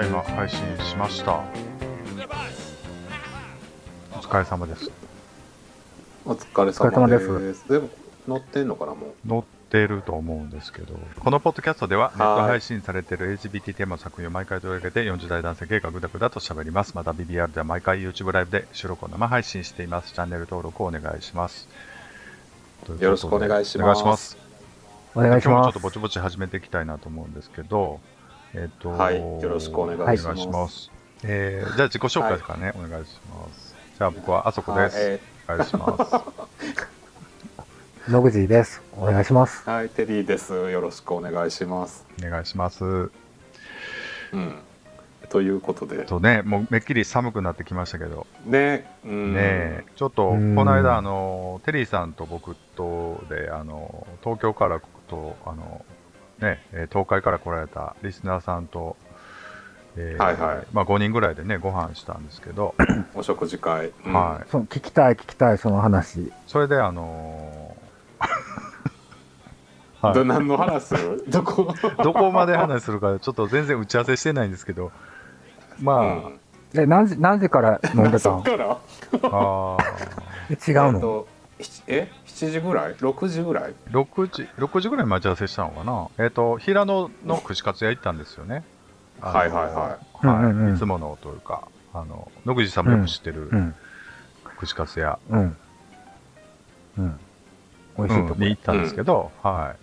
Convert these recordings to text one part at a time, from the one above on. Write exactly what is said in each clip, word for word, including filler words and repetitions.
だいま配信しました。お疲れ様です。 お疲れ様です。でも載ってんのかな。もう載ってると思うんですけど、このポッドキャストではネット配信されている エルジービーティー テーマの作品を毎回取り上げてよんじゅう代男性系がグダグダと喋ります。また ビービーアール では毎回 YouTube ライブで収録を生配信しています。チャンネル登録をお願いします。 よろしくお願いします。 お願いします。今日もちょっとぼちぼち始めていきたいなと思うんですけど、えっと、 はい、よろしくお願いします。 ます。えー、じゃあ自己紹介からね、はい、お願いします。じゃあ僕はあそこです。はい、えー、お願いします。 野口です。お願いします。 はい、テリーです。よろしくお願いします。 お願いします。 うん。ということで。 とね、もうめっきり寒くなってきましたけど。 ね、 うん、ね、ちょっとこの間あのテリーさんと僕とであの東京からとあのね東海から来られたリスナーさんと、えー、はいはい、まあごにんぐらいでねご飯したんですけど、 お食事会。 うん、はい。その聞きたい聞きたいその話。 それであのーはい、ど何の話する？どこどこまで話するかちょっと全然打ち合わせしてないんですけど、まあ、うん、 え何時何時から飲んでたそっからあえ違うの？ えしちじぐらい ?ろく 時ぐらい ?ろく 時、ろくじぐらい待ち合わせしたのかな。えっ、ー、と、平野の串カツ屋行ったんですよね。 はいはいはい。 はい、うんうん、いつものというか、あの、野口さんもよく知ってる串カツ屋。うん。 うん。美味しいとこ、 うん、に行ったんですけど、うん、はい。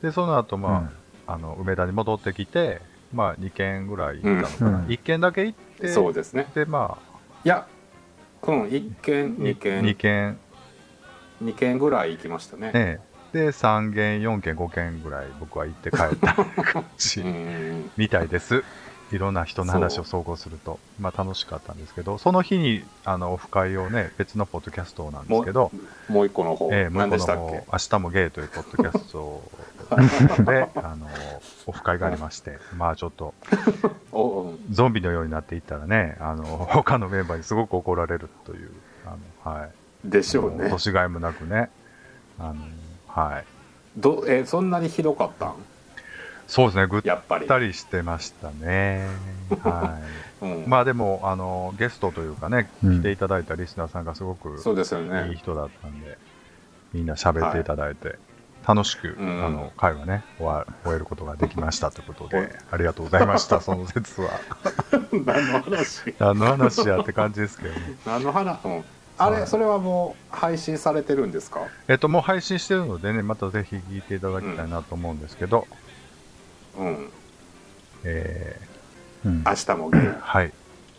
で、その後、まあ、うん、あの、梅田に戻ってきて、まあ、に軒ぐらい行ったのかな。うん、いっ軒だけ行って、 そうですね。 で、まあ、 いや、うん、いっ軒、に軒。 に軒。 に軒ぐらい行きましたね。 ねでさん軒よん軒ご軒ぐらい僕は行って帰った感じみたいです。いろんな人の話を総合すると、まあ、楽しかったんですけど、その日にあのオフ会をね別のポッドキャストなんですけど、 もう一個の方、 えー、もう一個の方、明日もゲイというポッドキャストであのオフ会がありまして、まあちょっとゾンビのようになっていったらね、あの他のメンバーにすごく怒られるという、あのはいでしょうね。 年がいもなくね、あのはい。 どえそんなにひどかったん？ そうですね、ぐったりしてましたね。はい。うん、まあでもあのゲストというかね、来ていただいたリスナーさんがすごくそうですよね。 いい人だったんで、みんな喋っていただいて、はい、楽しく、うん、あの会話ね終わ終えることができましたということで、ありがとうございました。その説は。 何の話？ 何の話やって感じですけどね。 何の話？うんあれ、はい、それはもう配信されてるんですか？ えっともう配信してるのでね、またぜひ聞いていただきたいなと思うんですけど、 うん、 えー、うん、明日もゲイ、 はい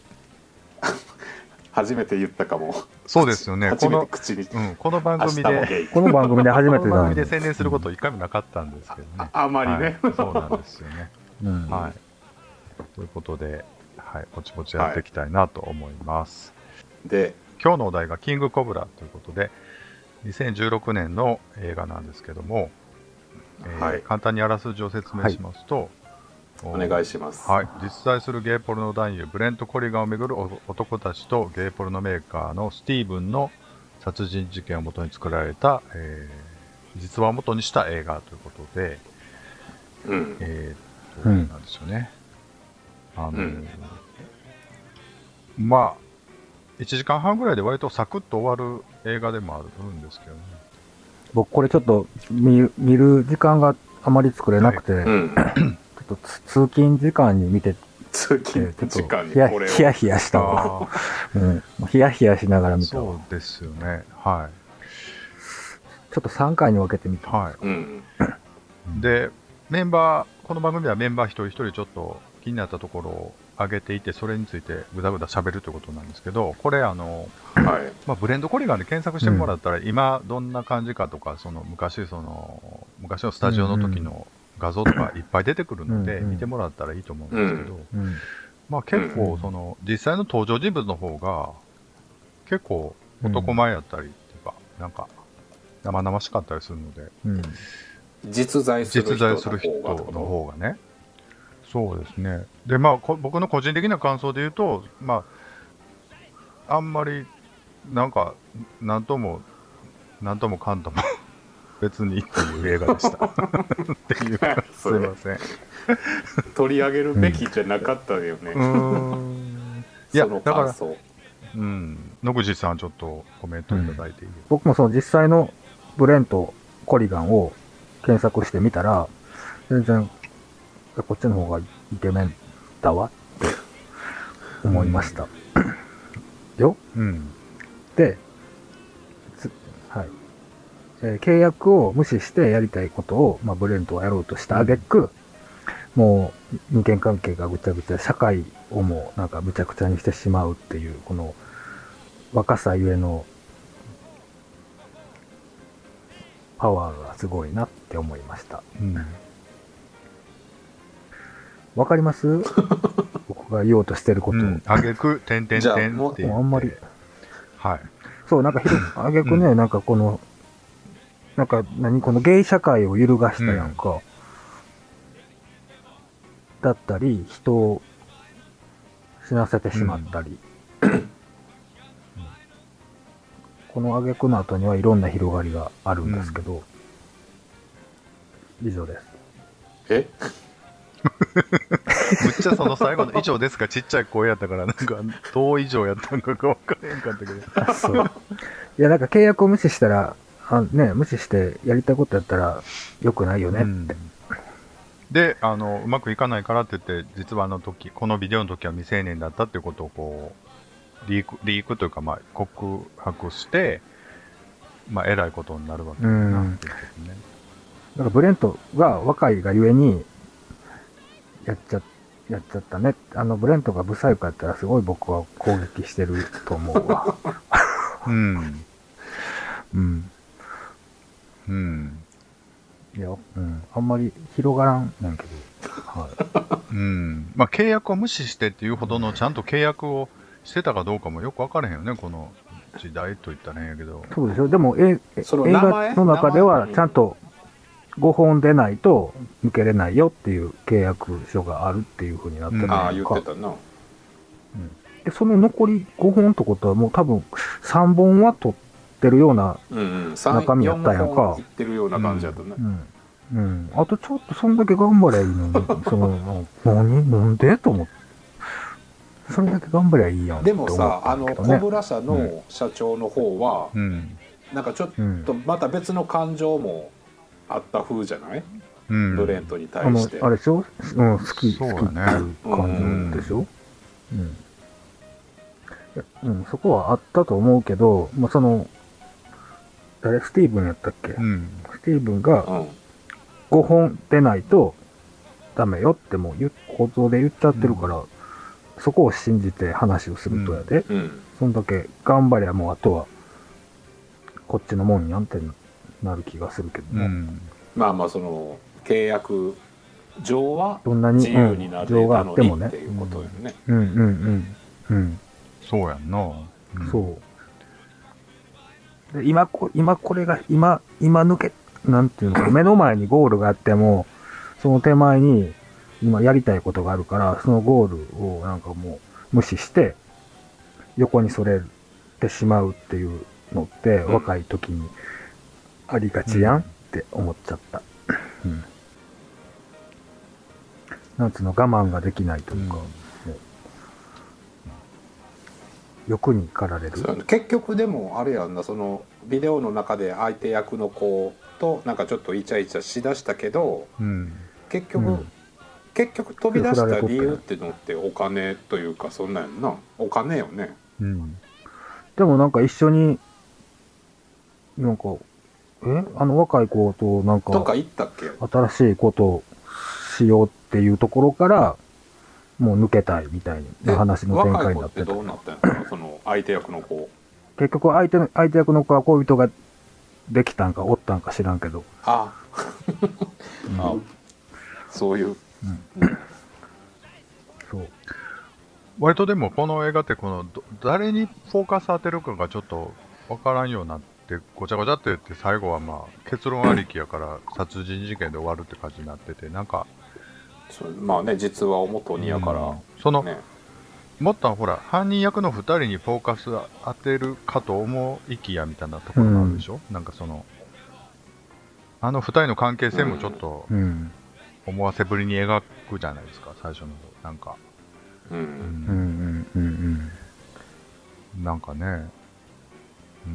初めて言ったかも。 そうですよね。 初めて口に、 この、うん、この番組でこの番組で初めてだ、 この番組で宣伝すること一回もなかったんですけどね。 あ, あまりね、 はい、そうなんですよね。うん、はい。ということで、はい、ぼちぼちやっていきたいなと思います。 はい、で。 今日のお題がキングコブラということでにせんじゅうろくねんの映画なんですけども、はい、えー、簡単にあらすじを説明しますと、 はい、お願いします、 はい、実在するゲイポルノ男優ブレント・コリガンをめぐる男たちとゲイポルノメーカーのスティーブンの殺人事件をもとに作られた、えー、実話をもとにした映画ということで、 うん、 えー、っと、うん、なんですよね。あの、うん、まあいちじかんはんぐらいで割とサクッと終わる映画でもあるんですけどね。 僕これちょっと 見, 見る時間があまり作れなくて、はい、うん、ちょっと通勤時間に見て、 通勤時間にこれをヒヤヒヤしたわ、うん、ヒヤヒヤしながら見たわ。 そうですよね。はい。 ちょっとさんかいに分けてみた。 はい。うん、でメンバーこの番組ではメンバー一人一人ちょっと気になったところを上げていて、それについてぐだぐだ喋るということなんですけど、これあの、はいまあ、ブレンドコリガンで検索してもらったら、うん、今どんな感じかとか、その昔その昔のスタジオの時の画像とかいっぱい出てくるので、うんうん、見てもらったらいいと思うんですけど、うんうん、まあ、結構その実際の登場人物の方が結構男前やったりっていうか、なんか生々しかったりするので、うん、 実在する人の方がね。そうですね。で、まあ、僕の個人的な感想で言うと、まあ、あんまり、なんか、なんとも、なんともかんとも別にっていう映画でしたっていうかすいません取り上げるべきじゃなかったよね、うん、 いやだからうん、野口さんちょっとコメントいただいていい、うん、 僕もその実際のブレント・コリガンを検索してみたら全然こっちの方がイケメンだわって思いました、うん、よ、うん、で、はいえー、契約を無視してやりたいことを、まあ、ブレントはやろうとした挙句、うん、もう人間関係がぐちゃぐちゃ社会をもうなんかぐちゃぐちゃにしてしまうっていうこの若さゆえのパワーがすごいなって思いました。うん、わかります僕が言おうとしてること。 あげく、てんてんてんって言って。 あんまり。 はい。 そう、なんかひろ、あげくね、うん、なんかこの、なんか何、このゲイ社会を揺るがしたやんか。うん、だったり、人を死なせてしまったり。うんこの挙句の後にはいろんな広がりがあるんですけど、うん、以上です。 えむっちゃその最後の以上ですかちっちゃい声やったからなんかどう以上やったのか分からへんかったけど。 あ、そう。いやなんか契約を無視したら、あね、無視してやりたいことやったら良くないよねって。うん、 で、あの、うまくいかないからって言って、実はあの時、このビデオの時は未成年だったっていうことをこう、リーク、リークというか、まあ、告白して、まあ、えらいことになるわけだなっていうことね。だからブレントが若いがゆえに、やっちゃ、やっちゃったね。あの、ブレントがブサイクやったらすごい僕は攻撃してると思うわ。 うん。 うん。 うん。 いや、うん。あんまり広がらんねんけど。はい。 うん。まあ、契約を無視してっていうほどの、ちゃんと契約を、してたかどうかもよく分からへんよね、この時代といったら変やけど。 そうでしょ。でも、え映画の中ではちゃんとごほん出ないと抜けれないよっていう契約書があるっていうふうになってるのか、うん、 ああ、言ってたな。うん、 で、その残りごほんってことはもう多分さんぼんは取ってるような中身やったやんか。うんうん、 いってるような感じやったね。 うんうん。あとちょっとそんだけ頑張りゃいいのに、その、何なんでと思って。それだけ頑張りゃいいやん。 でもさ、あのコブラ社の社長の方は、うん、なんかちょっとまた別の感情もあった風じゃない、うん、ブレントに対して。 あ, あれでしょ、うん、好き、そうだね、好きっていう感情でしょ、うんうんうん、そこはあったと思うけど、まあ、その誰スティーブンやったっけ、うん、スティーブンがごほん出ないとダメよってもう構造で言っちゃってるから、うん、そこを信じて話をするとやで、うんうん、そんだけ頑張りゃもうあとはこっちのもんやんってなる気がするけどね、うん、 まあまあその契約上は自由になれたのに、うん、っていうことよね。 うんうんうんうん。 そうやんな、 うん、そうで今こ今これが今今抜けなんていうの目の前にゴールがあってもその手前に今やりたいことがあるから、そのゴールをなんかもう無視して、横にそれてしまうっていうのって、うん、若い時にありがちやんって思っちゃった。うん。なんつうの、我慢ができないというか、うん、欲に駆られる。 結局でもあれやんな、そのビデオの中で相手役の子となんかちょっとイチャイチャしだしたけど、うん、結局、うん結局飛び出した理由ってのってお金というかそんなんやんな。お金よね。 うん。でもなんか一緒になんかえあの若い子となんかとか言ったっけ？ 新しいことをしようっていうところからもう抜けたいみたいな話の展開になってた。 若い子ってどうなったんやろなその相手役の子。 結局相手の相手役の子は恋人ができたんかおったんか知らんけど。 ああ。うん、あそういう。うん、 そう割とでもこの映画ってこの誰にフォーカス当てるかがちょっと分からんようになってごちゃごちゃって言って最後はまあ結論ありきやから殺人事件で終わるって感じになっててなんかまあね実話を元にやから、うん、 その、ね、もっとほら犯人役のふたりにフォーカス当てるかと思いきやみたいなところもあるでしょ、うん、なんかそのあの二人の関係性もちょっと思わせぶりに描くじゃないですか、最初の方なんか。 うんうんうんうんうんなんかね、うん。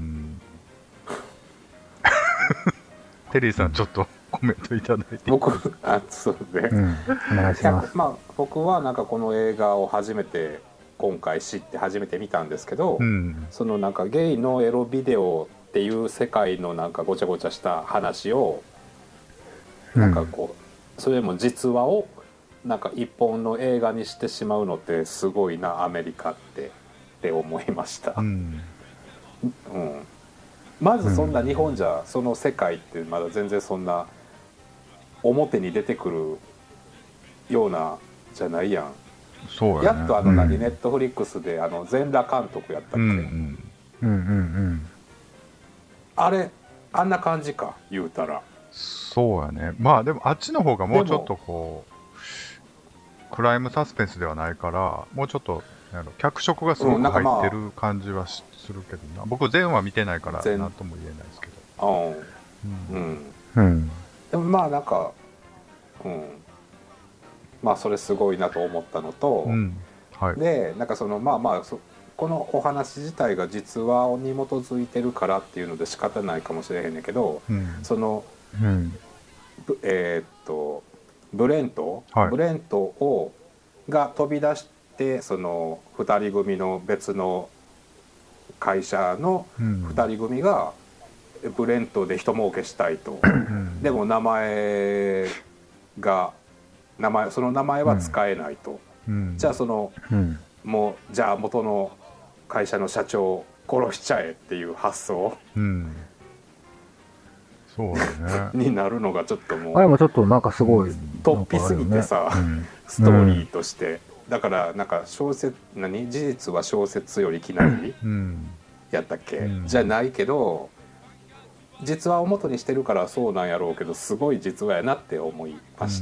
テリーさんちょっとコメントいただいて。 僕あそうね、 うん、お願いします。 まあ僕はなんかこの映画を初めて今回知って初めて見たんですけど、 うん、 そのなんかゲイのエロビデオっていう世界のなんかごちゃごちゃした話を、うん、なんかこうそれも実話をなんか一本の映画にしてしまうのってすごいなアメリカってって思いました、 うんうん、まずそんな日本じゃその世界ってまだ全然そんな表に出てくるようなじゃないやん。 そうやね、 やっとあの何、 うん、 ネットフリックスであの全裸監督やったっけ、うんうんうんうんうんあれあんな感じか言うたら。 そうやね。まあでもあっちの方がもうちょっとこうクライムサスペンスではないからもうちょっとなんか脚色がすごく入ってる感じはするけどな、僕全話見てないから何とも言えないですけど。 うんうん、 うん、 でもまあなんか、うん、まあそれすごいなと思ったのと、 うんはい、 でなんかそのまあまあそこのお話自体が実話に基づいてるからっていうので仕方ないかもしれへんねんけど、 うん、 その、 うん、 えー、っとブレント、 はい、 ブレントをが飛び出してそのふたり組の別の会社のふたり組がブレントで人儲けしたいと、うん、でも名前が名前その名前は使えないと、うん、じゃあその、うん、もうじゃあ元の会社の社長を殺しちゃえっていう発想、うん、 そうだねになるのがちょっともうあれもちょっとなんかすごい突飛すぎてさ、ねうん、ストーリーとして、うん、だからなんか小説何事実は小説よりきなり、うん、やったっけ、うん、じゃないけど実話を元にしてるからそうなんやろうけどすごい実話やなって思いました。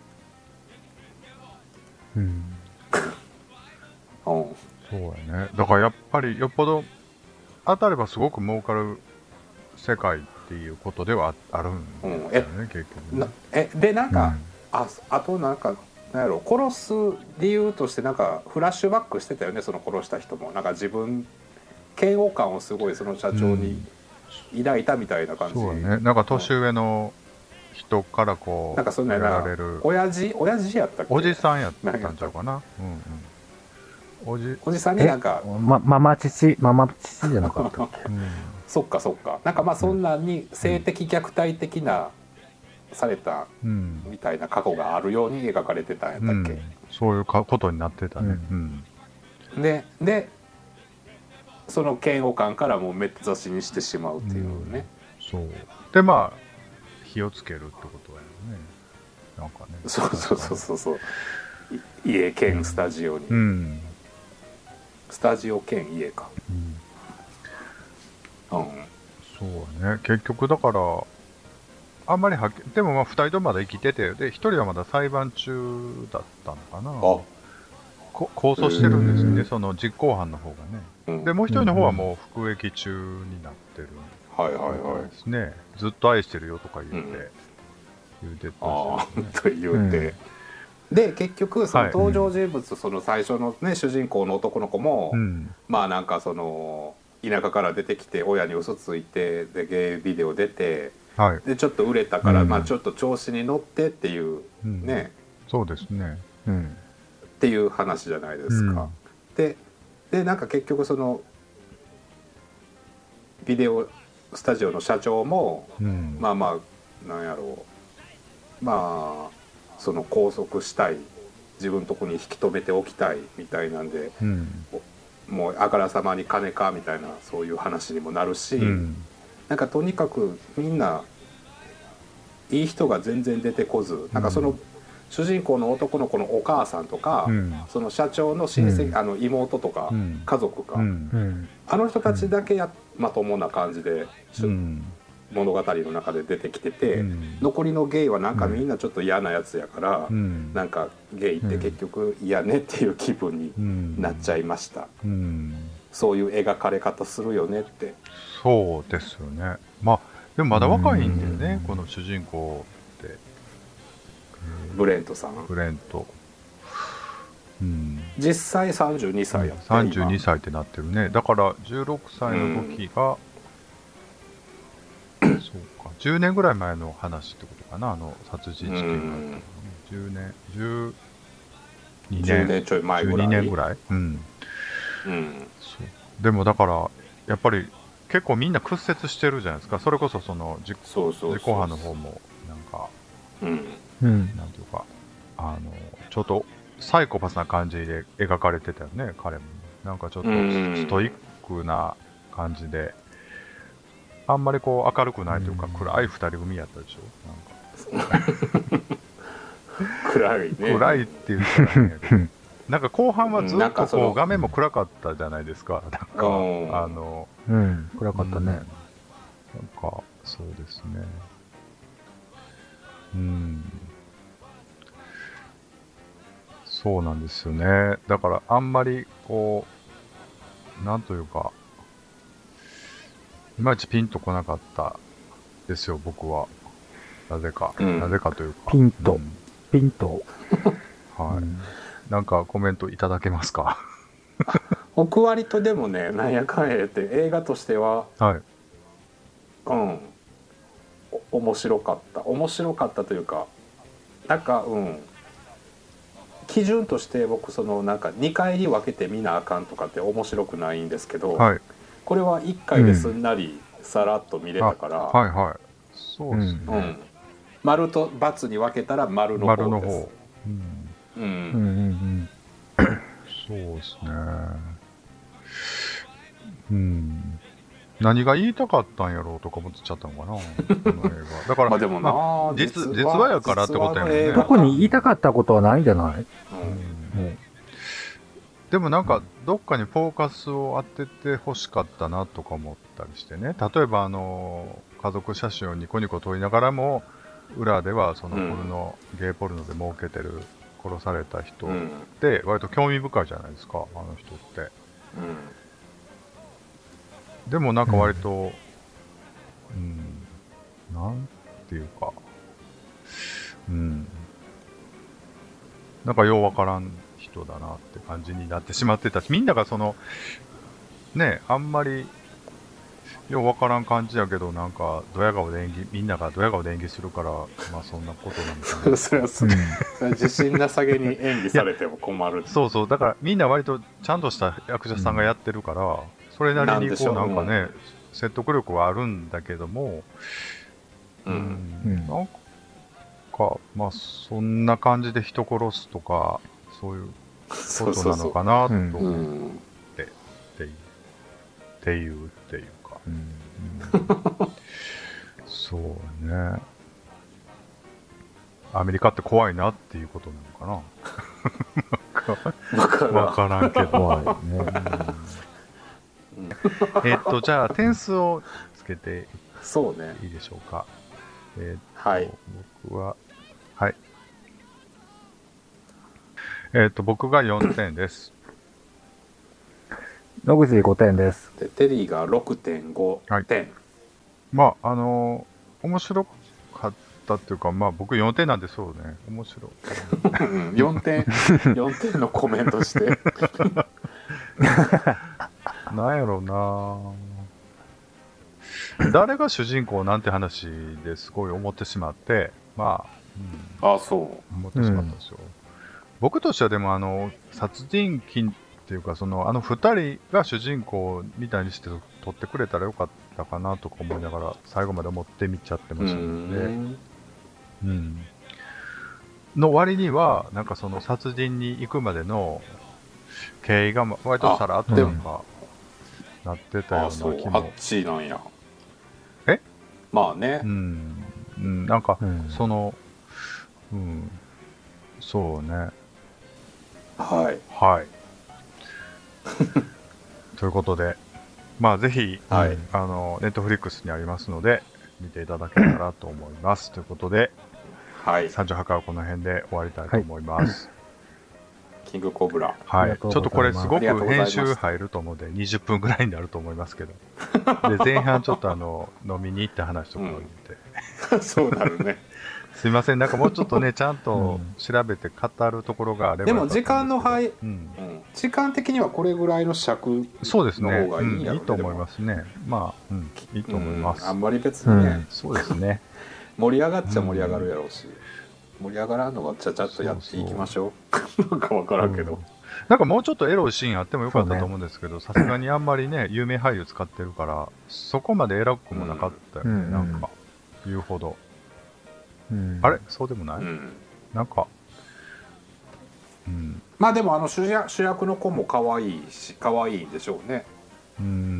うん、うんうん、そうやね。だからやっぱりよっぽど当たればすごく儲かる世界っていうことではあるんですよね、うん、結局ね。 えでなんか、うん、あ, あとなんかなんやろ殺す理由としてなんかフラッシュバックしてたよね、その殺した人もなんか自分嫌悪感をすごいその社長に抱いたみたいな感じ、 うん、そうね。なんか年上の人からこうなんかそんなやられる親父親父やったっけ、 おじさんやったんちゃうかな、うんうん、おじおじさんになんかまママ父ママ父じゃなかったっけ、うん、 そっかそっか、なんかまあそんなに性的虐待的なされたみたいな過去があるように描かれてたんやったっけ、うん、 そういうことになってたね、うんうん、ででその嫌悪感からもうめっざしにしてしまうっていうね、 うん、そうでまあ火をつけるってことだよね、なんかね。 そうそうそうそうそう、家兼スタジオに、うん、スタジオ兼家か、 うん、うん、そうね。結局だからあんまりはっきりでもまあふたりともまだ生きてて、でひとりはまだ裁判中だったのかな、あこ控訴してるんですよね、その実行犯の方がね、うん、でもう一人の方はもう服役中になってる、 はいはいはいですね。ずっと愛してるよとか言って、うん、言うてた、 ね、あと言うて、うん、で結局その登場人物、はい、その最初のね主人公の男の子も、うん、まあなんかその田舎から出てきて親に嘘ついてでゲイビデオ出て、はい、でちょっと売れたから、うん、まあちょっと調子に乗ってっていうね、 うん、そうですね、うん、 っていう話じゃないですか、うん、ででなんか結局そのビデオスタジオの社長も、うん、まあまあなんやろう、まあその拘束したい、自分のとこに引き止めておきたいみたいなんで、うん、もうあからさまに金かみたいなそういう話にもなるし、うん、なんかとにかくみんないい人が全然出てこず、なんかその、うん、主人公の男の子のお母さんとか、うん、その社長の親戚、うん、あの妹とか、うん、家族か、うん、あの人たちだけやまともな感じで、うん、物語の中で出てきてて、うん、残りのゲイはなんかみんなちょっと嫌なやつやから、うん、なんかゲイって結局嫌ねっていう気分になっちゃいました、うん、そういう描かれ方するよねって。 そうですよね。まあでもまだ若いんだよね、この主人公って。 ブレントさん。 ブレント。うん、 実際さんじゅうにさいやって、 さんじゅうにさいってなってるね。だからじゅうろくさいの時が、うん、そうか、じゅうねんぐらい前の話ってことかな、あの殺人事件があったの、ね、じゅうねん、じゅうにねん、 じゅうねんちょい前ぐらい、 じゅうにねんぐらい、うん、 うん、 そうでもだからやっぱり結構みんな屈折してるじゃないですか。それこそその実行犯の方もなんか、 うん、 なんていうか、あのちょっとサイコパスな感じで描かれてたよね、彼も。なんかちょっとストイックな感じで、あんまりこう明るくないというか、暗い二人組やったでしょ。なんか暗いね。 暗いっていうかね。なんか後半はずっとこう画面も暗かったじゃないですか。なんかあの、 うん、暗かったね。なんかそうですね。うん。そうなんですよね。だからあんまりこうなんというかいまいちピンとこなかったですよ、僕は。なぜか、うん、なぜかというかピンと、うん、ピンとはい、うん、なんかコメントいただけますか？ 僕割とでもね、なんやかんや言って映画としては、 はい、 うん面白かった面白かったというか、なんかうん基準として僕そのなんかにかいに分けて見なあかんとかって面白くないんですけど、 はい、 これはいっかいですんなりさらっと見れたから、 うん、はいはい、そうですね、うん、 丸と×に分けたら丸の方です。丸の方、 うん、うんうんうんそうですね。うん。何が言いたかったんやろうとか思っちゃったのかな、この映画。だから、 まあでもな、まあ、 実, 実話やからってことやもんね。 特に言いたかったことはないんじゃない？ うんうん、でもなんか、どっかにフォーカスを当てて欲しかったなとか思ったりしてね。例えば、あの、家族写真をニコニコ撮りながらも、裏ではそのポルノ、うん、ゲイポルノで儲けてる殺された人って割と興味深いじゃないですか、あの人って、うん、でもなんか割と、うん、うん、なんていうか、うん、なんかようわからん人だなって感じになってしまってたし、みんながそのね、あんまりようわからん感じやけど、なんかドヤ顔で演技、みんながドヤ顔で演技するから、まあそんなことなのかな。 それはす、うん、自信なさげに演技されても困る。 そうそう、だからみんな割とちゃんとした役者さんがやってるから、うん、それなりにこうなんかね、うん、説得力はあるんだけども、うん、うん、なんかまあそんな感じで人殺すとかそういうことなのかなと思ってっていうっていう。うんうん、そうね。アメリカって怖いなっていうことなのかな。わからんけど。怖いね。うん、えっとじゃあ点数をつけてそうねいいでしょうか。えっと、はい、 僕ははい。えっと僕がよんてんです。 野口ごてんです。 でテリーが ろくてんごてん、はい、 まああのー、面白かったっていうか、まあ僕よんてんなんでそうね、面白いよんてんよんてんのコメントしてなんやろうな、誰が主人公なんて話ですごい思ってしまって、まあ、うん、あそう思ってしまったんですよ、うん、僕としてはでもあの殺人鬼っていうか、そのあのふたりが主人公みたいにして撮ってくれたらよかったかなとか思いながら最後まで思ってみちゃってましたので、うんうん、の割にはなんかその殺人に行くまでの経緯が割とさらっとなんかなってたような気も。 あっちなんや。 えまあね、 うん、うん、なんかその、うん、そうね、 はいはいということで、まあぜひ、 はい、 あのネットフリックスにありますので見ていただけたらと思いますということで、 はい、 さんじゅうはちかいはこの辺で終わりたいと思います、 はい、 キングコブラ。 はい。ちょっとこれすごく編集入ると思うんで、にじゅっぷんぐらいになると思いますけど。で、前半ちょっとあの、飲みに行った話とかを言って。 うん、そうなるね。 すいません、なんかもうちょっとね、ちゃんと調べて語るところがあれば。 でも時間の範囲、うんうん、時間的にはこれぐらいの尺の方がいいんやろ、ね、 そうですね、うん、いいと思いますね。まあ、うん、いいと思います。 うん、あんまり別にね、うん、 そうですね。 盛り上がっちゃ盛り上がるやろうし、うん、盛り上がらんのがちゃちゃっとやっていきましょう。そうそうなんか分からんけど、うん、 なんかもうちょっとエロいシーンあってもよかったと思うんですけど、さすがにあんまりね、有名俳優使ってるから、そこまでエロくもなかったよね、うん、なんか、言うほど。うん、あれそうでもない、うん、なんか、 うん、まあでもあの主役、主役の子も可愛いし可愛いんでしょうね。 うん、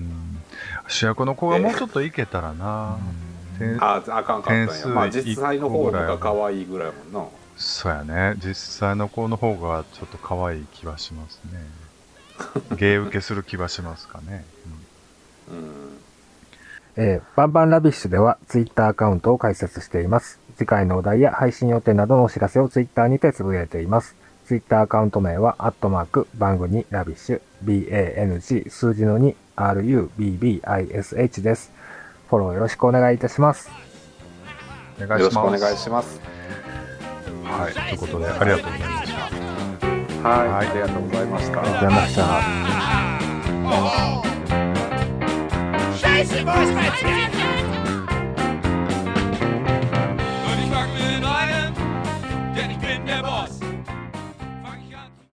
主役の子がもうちょっといけたらな、 えー、ああかんかったんや。まあ実際の方が可愛いぐらいもんな。 そうやね、実際の子の方がちょっと可愛い気はしますね。芸受けする気はしますかね。うん、うんえー、バンバンラビッシュではツイッターアカウントを開設しています。次回のお題や配信予定などのお知らせをツイッターにてつぶやいています。ツイッターアカウント名は、アットマーク、番組ラビッシュ、ビーエーエヌジー 数字の に、アールユービービーアイエスエイチ です。フォローよろしくお願いいたします。 お願いします。よろしくお願いします。 はい、ということで、ありがとうございました。 はい、はい、ありがとうございました。 ありがとうございました。